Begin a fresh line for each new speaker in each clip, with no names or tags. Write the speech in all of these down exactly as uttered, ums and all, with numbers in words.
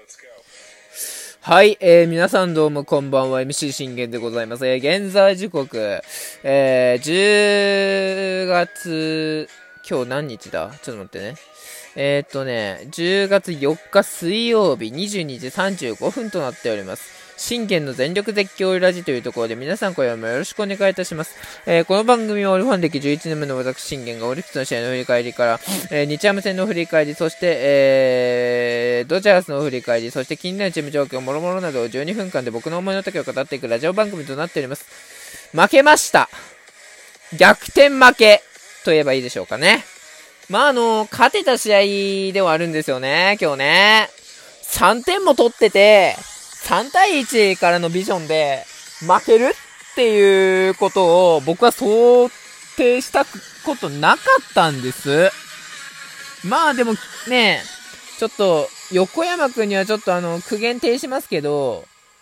はい、えー、皆さんどうもこんばんは、エムシー 信玄でございます。えー、現在時刻、えー、じゅうがつ、今日何日だ？ちょっと待ってね。えー、っとね、じゅうがつよっか水曜日にじゅうにじさんじゅうごふんとなっております。信玄の全力絶叫ラジというところで皆さん今夜もよろしくお願いいたします。えー、この番組はオリファン歴じゅういちねんめの私信玄がオリックスの試合の振り返りから、えー、日ハム戦の振り返り、そして、えー、ドジャースの振り返り、そして気になるチーム状況、もろもろなどをじゅうにふんかんで僕の思いの丈を語っていくラジオ番組となっております。負けました。逆転負けと言えばいいでしょうかね。まああの勝てた試合ではあるんですよね、今日ね。さんてんも取っててさんたいいちからのビジョンで負けるっていうことを僕は想定したことなかったんです。まあでもね、ちょっと横山くんにはちょっとあの苦言呈しますけど、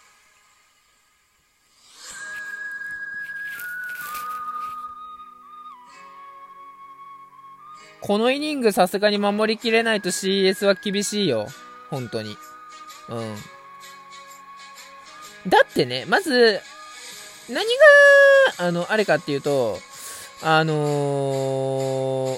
このイニングさすがに守りきれないと シーエス は厳しいよ、本当に。うん。だってね、まず、何が、あの、あれかっていうと、あのー、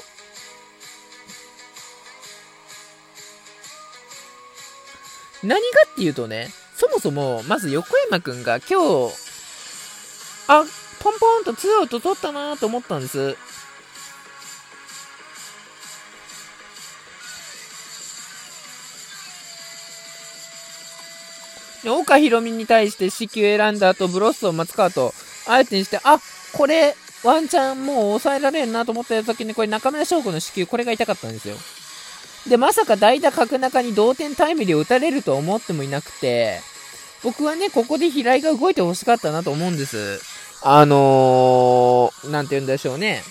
何がっていうとね、そもそも、まず横山くんが今日、あ、ポンポンとツーアウト取ったなーと思ったんです。岡ひろみに対して四球選んだ後、ブロッソを松川と相手にして、あ、これワンチャンもう抑えられんなと思った時に、これ中村翔吾の四球、これが痛かったんですよ。で、まさか代打角中に同点タイムリーを打たれると思ってもいなくて、僕はね、ここで平井が動いてほしかったなと思うんです。あのー、なんて言うんでしょうね。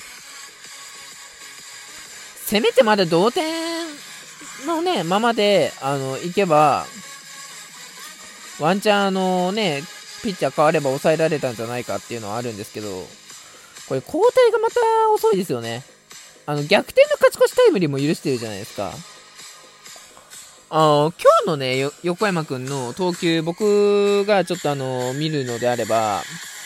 せめてまだ同点のね、ままで、あの、いけば、ワンチャンあのね、ピッチャー変われば抑えられたんじゃないかっていうのはあるんですけど、これ交代がまた遅いですよね。あの、逆転の勝ち越しタイムリーも許してるじゃないですか。あの、今日のね、横山くんの投球、僕がちょっとあの、見るのであれば、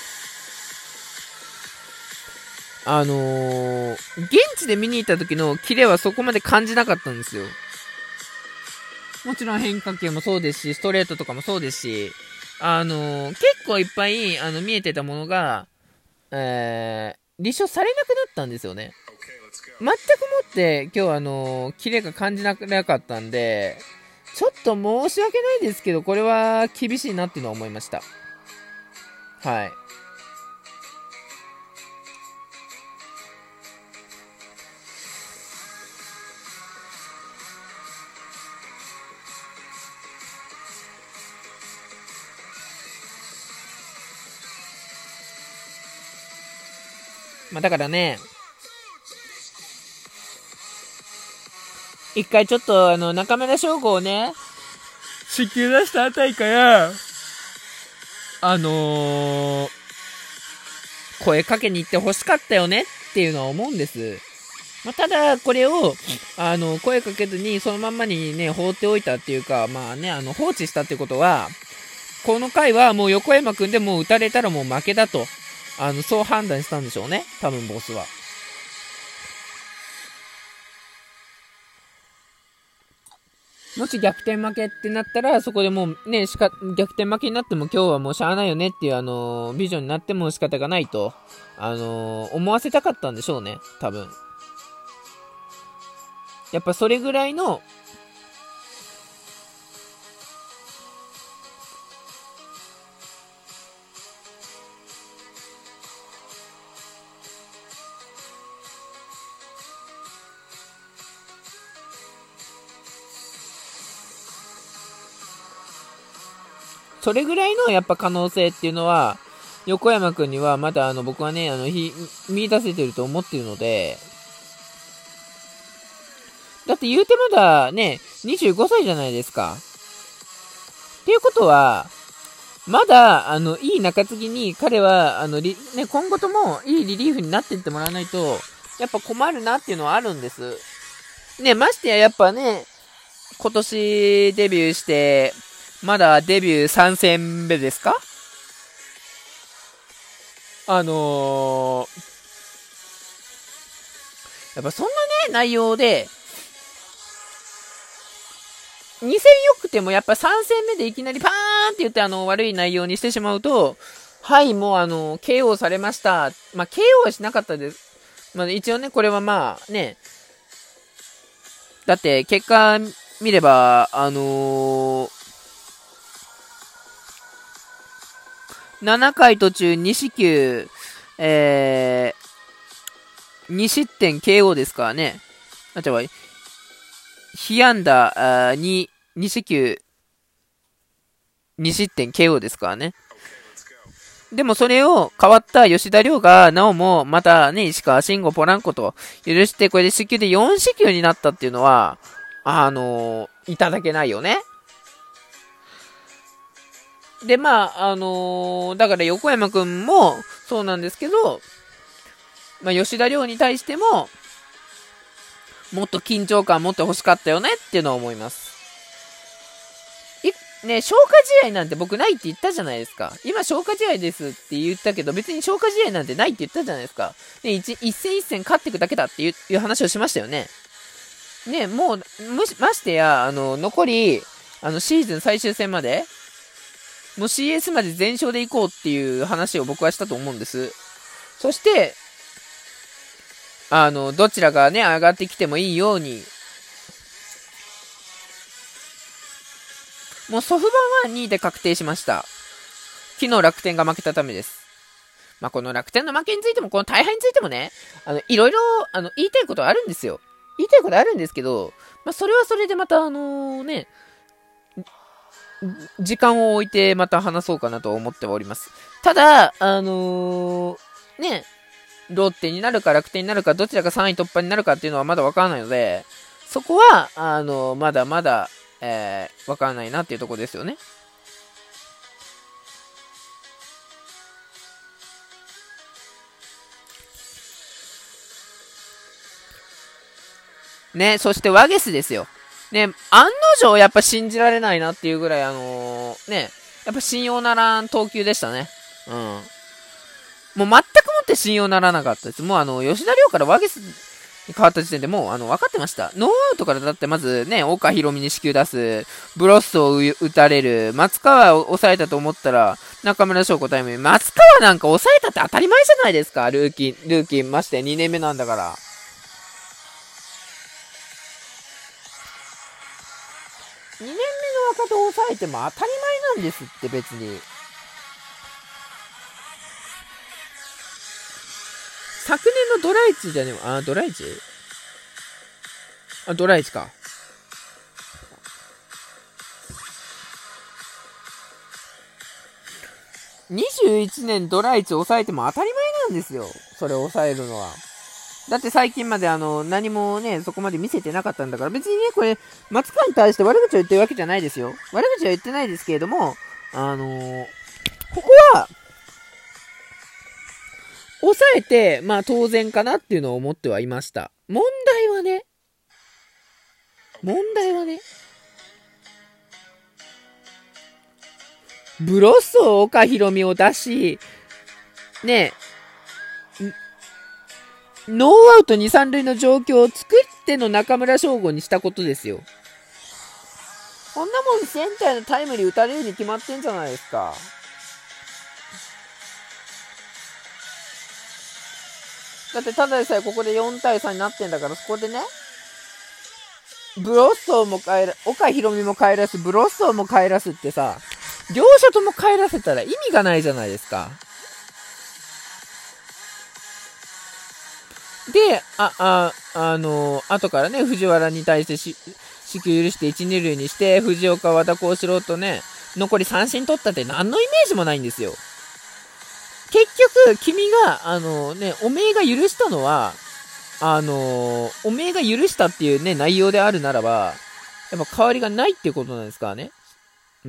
あのー、現地で見に行った時のキレはそこまで感じなかったんですよ。もちろん変化球もそうですし、ストレートとかもそうですし、あのー、結構いっぱいあの見えてたものが、えー、立証されなくなったんですよね。全くもって今日あのー、キレが感じなかったんで、ちょっと申し訳ないですけど、これは厳しいなっていうのは思いました。はい。まあだからね、一回ちょっとあの中村翔吾をね、四球出したあたりから、あのー、声かけに行ってほしかったよねっていうのは思うんです。まあ、ただこれをあの声かけずにそのまんまにね放っておいたっていうか、まあね、あの放置したってことは、この回はもう横山くんでもう打たれたらもう負けだと、あのそう判断したんでしょうね、多分ボスは。もし逆転負けってなったら、そこでもうね、しか逆転負けになっても今日はもうしゃあないよねっていう、あのー、ビジョンになっても仕方がないと、あのー、思わせたかったんでしょうね、多分。やっぱそれぐらいの、それぐらいのやっぱ可能性っていうのは、横山くんにはまだあの僕はね、あの、ひ、見出せてると思ってるので、だって言うてまだね、にじゅうごさいじゃないですか。っていうことは、まだ、あの、いい中継ぎに彼は、あの、ね、今後ともいいリリーフになっていってもらわないと、やっぱ困るなっていうのはあるんです。ね、ましてややっぱね、 今年デビューして、まだデビューさん戦目ですか？あのー、やっぱそんなね、内容で、に戦良くてもやっぱさん戦目でいきなりパーンって言ってあの悪い内容にしてしまうと、はい、もうあの、ケーオー されました。まあ、ケーオー はしなかったです。まあ、一応ね、これはまあね、だって結果見れば、あのー、ななかい途中に四球、えー、に失点 ケーオー ですからね。あ、ちゃうわ。被安打に、に四球、に失点 ケーオー ですからね。でもそれを変わった吉田亮が、なおもまたね、石川慎吾、ポランコと許して、これで四球でよん四球になったっていうのは、あのー、いただけないよね。で、まあ、あのー、だから横山くんもそうなんですけど、まあ、吉田亮に対しても、もっと緊張感持って欲しかったよねっていうのは思います。い、ね、消化試合なんて僕ないって言ったじゃないですか。今消化試合ですって言ったけど、別に消化試合なんてないって言ったじゃないですか。ね、一一戦一戦勝っていくだけだっていういう話をしましたよね。ね、もう、むし、ましてや、あの、残り、あの、シーズン最終戦まで、もう シーエス まで全勝でいこうっていう話を僕はしたと思うんです。そして、あの、どちらがね、上がってきてもいいように、もうソフトバンはにいで確定しました。昨日楽天が負けたためです。まあ、この楽天の負けについても、この大敗についてもね、あの、いろいろ、あの、言いたいことはあるんですよ。言いたいことあるんですけど、まあ、それはそれでまた、あのー、ね、時間を置いてまた話そうかなと思っております。ただ、あのー、ね、ロッテになるか楽天になるかどちらかさんい突破になるかっていうのはまだわからないので、そこは、あのー、まだまだ、えー、わからないなっていうところですよね。ね、そしてワゲスですよ。ね、案の定やっぱ信じられないなっていうぐらい、あのー、ね、やっぱ信用ならん投球でしたね。うん。もう全くもって信用ならなかったです。もうあの、吉田亮からワゲスに変わった時点でもうあの、分かってました。ノーアウトからだってまずね、岡弘美に四球出す、ブロッソを打たれる、松川を抑えたと思ったら、中村翔子タイムに、松川なんか抑えたって当たり前じゃないですか、ルーキー、ルーキーましてにねんめなんだから。にねんめの若手を抑えても当たり前なんですって別に。昨年のドライチじゃねえあ、ドライチあ、ドライチか。にじゅういちねんドライチを抑えても当たり前なんですよ。それを抑えるのは。だって最近まであの、何もね、そこまで見せてなかったんだから、別にね、これ、松川に対して悪口を言ってるわけじゃないですよ。悪口は言ってないですけれども、あのー、ここは、抑えて、まあ当然かなっていうのを思ってはいました。問題はね、問題はね、ブロッソ岡ひろみを出し、ね、ノーアウトに、さん塁の状況を作っての中村翔吾にしたことですよ。こんなもんセンターのタイムリー打たれるに決まってんじゃないですか。だってただでさえここでよんたいさんになってんだから、そこでね、ブロッソーも帰ら、岡ひろみも帰らす、ブロッソーも帰らすってさ、両者とも帰らせたら意味がないじゃないですか。で、あ、あ、あのー、後からね、藤原に対してし、死球許していち、に塁にして、藤岡、和田幸四郎とね、残り三振取ったって何のイメージもないんですよ。結局、君が、あのー、ね、おめえが許したのは、あのー、おめえが許したっていうね、内容であるならば、やっぱ変わりがないっていうことなんですからね。うん。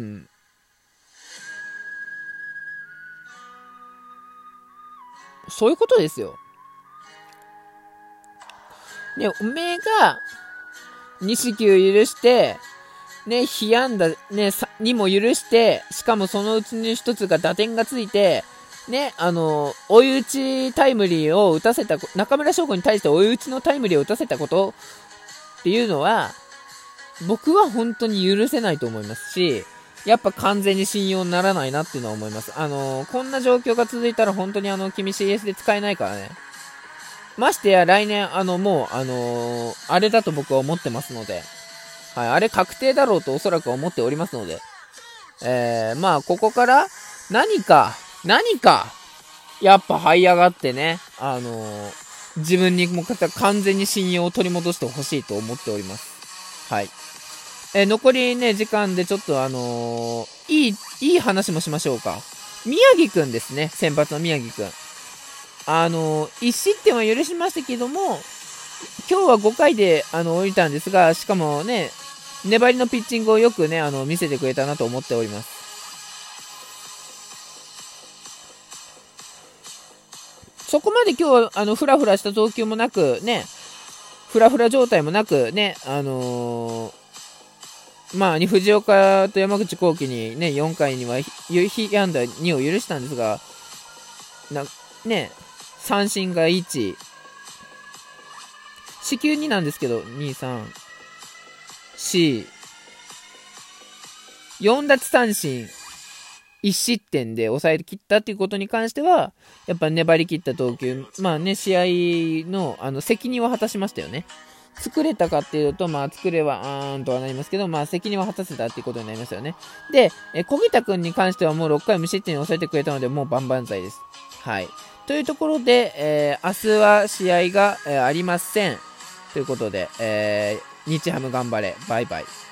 そういうことですよ。ね、おめえが、 に四球許して、ね、被安打、ね、にも許して、しかもそのうちにひとつが打点がついて、ね、あの、追い打ちタイムリーを打たせた、中村翔吾に対して追い打ちのタイムリーを打たせたことっていうのは、僕は本当に許せないと思いますし、やっぱ完全に信用にならないなっていうのは思います。あの、こんな状況が続いたら本当にあの、君 シーエス で使えないからね。ましてや来年、あの、もう、あのー、あれだと僕は思ってますので、はい、あれ確定だろうとおそらく思っておりますので、えー、まあ、ここから何か、何か、やっぱ這い上がってね、あのー、自分にも完全に信用を取り戻してほしいと思っております。はい。えー、残りね、時間でちょっとあのー、いい、いい話もしましょうか。宮城くんですね、先発の宮城くん。あのー、いち失点は許しましたけども、今日はごかいで、あの、降りたんですが、しかもね、粘りのピッチングをよくね、あの、見せてくれたなと思っております。そこまで今日は、あの、フラフラした投球もなく、ね、フラフラ状態もなく、ね、あのー、まあ、藤岡と山口幸輝にね、よんかいには被安打にを許したんですが、な、ね、三振がいち、四球になんですけど、に、さん、よん、よん奪三振、いち失点で抑え切ったっていうことに関しては、やっぱ粘り切った投球、まあね、試合の、あの、責任は果たしましたよね。作れたかっていうと、まあ、作れは、あーんとはなりますけど、まあ、責任は果たせたっていうことになりますよね。で、え小木田くんに関してはもうろっかい無失点に抑えてくれたので、もう万々歳です。はい。というところで、えー、明日は試合が、えー、ありません。ということで、えー、日ハム頑張れ。バイバイ。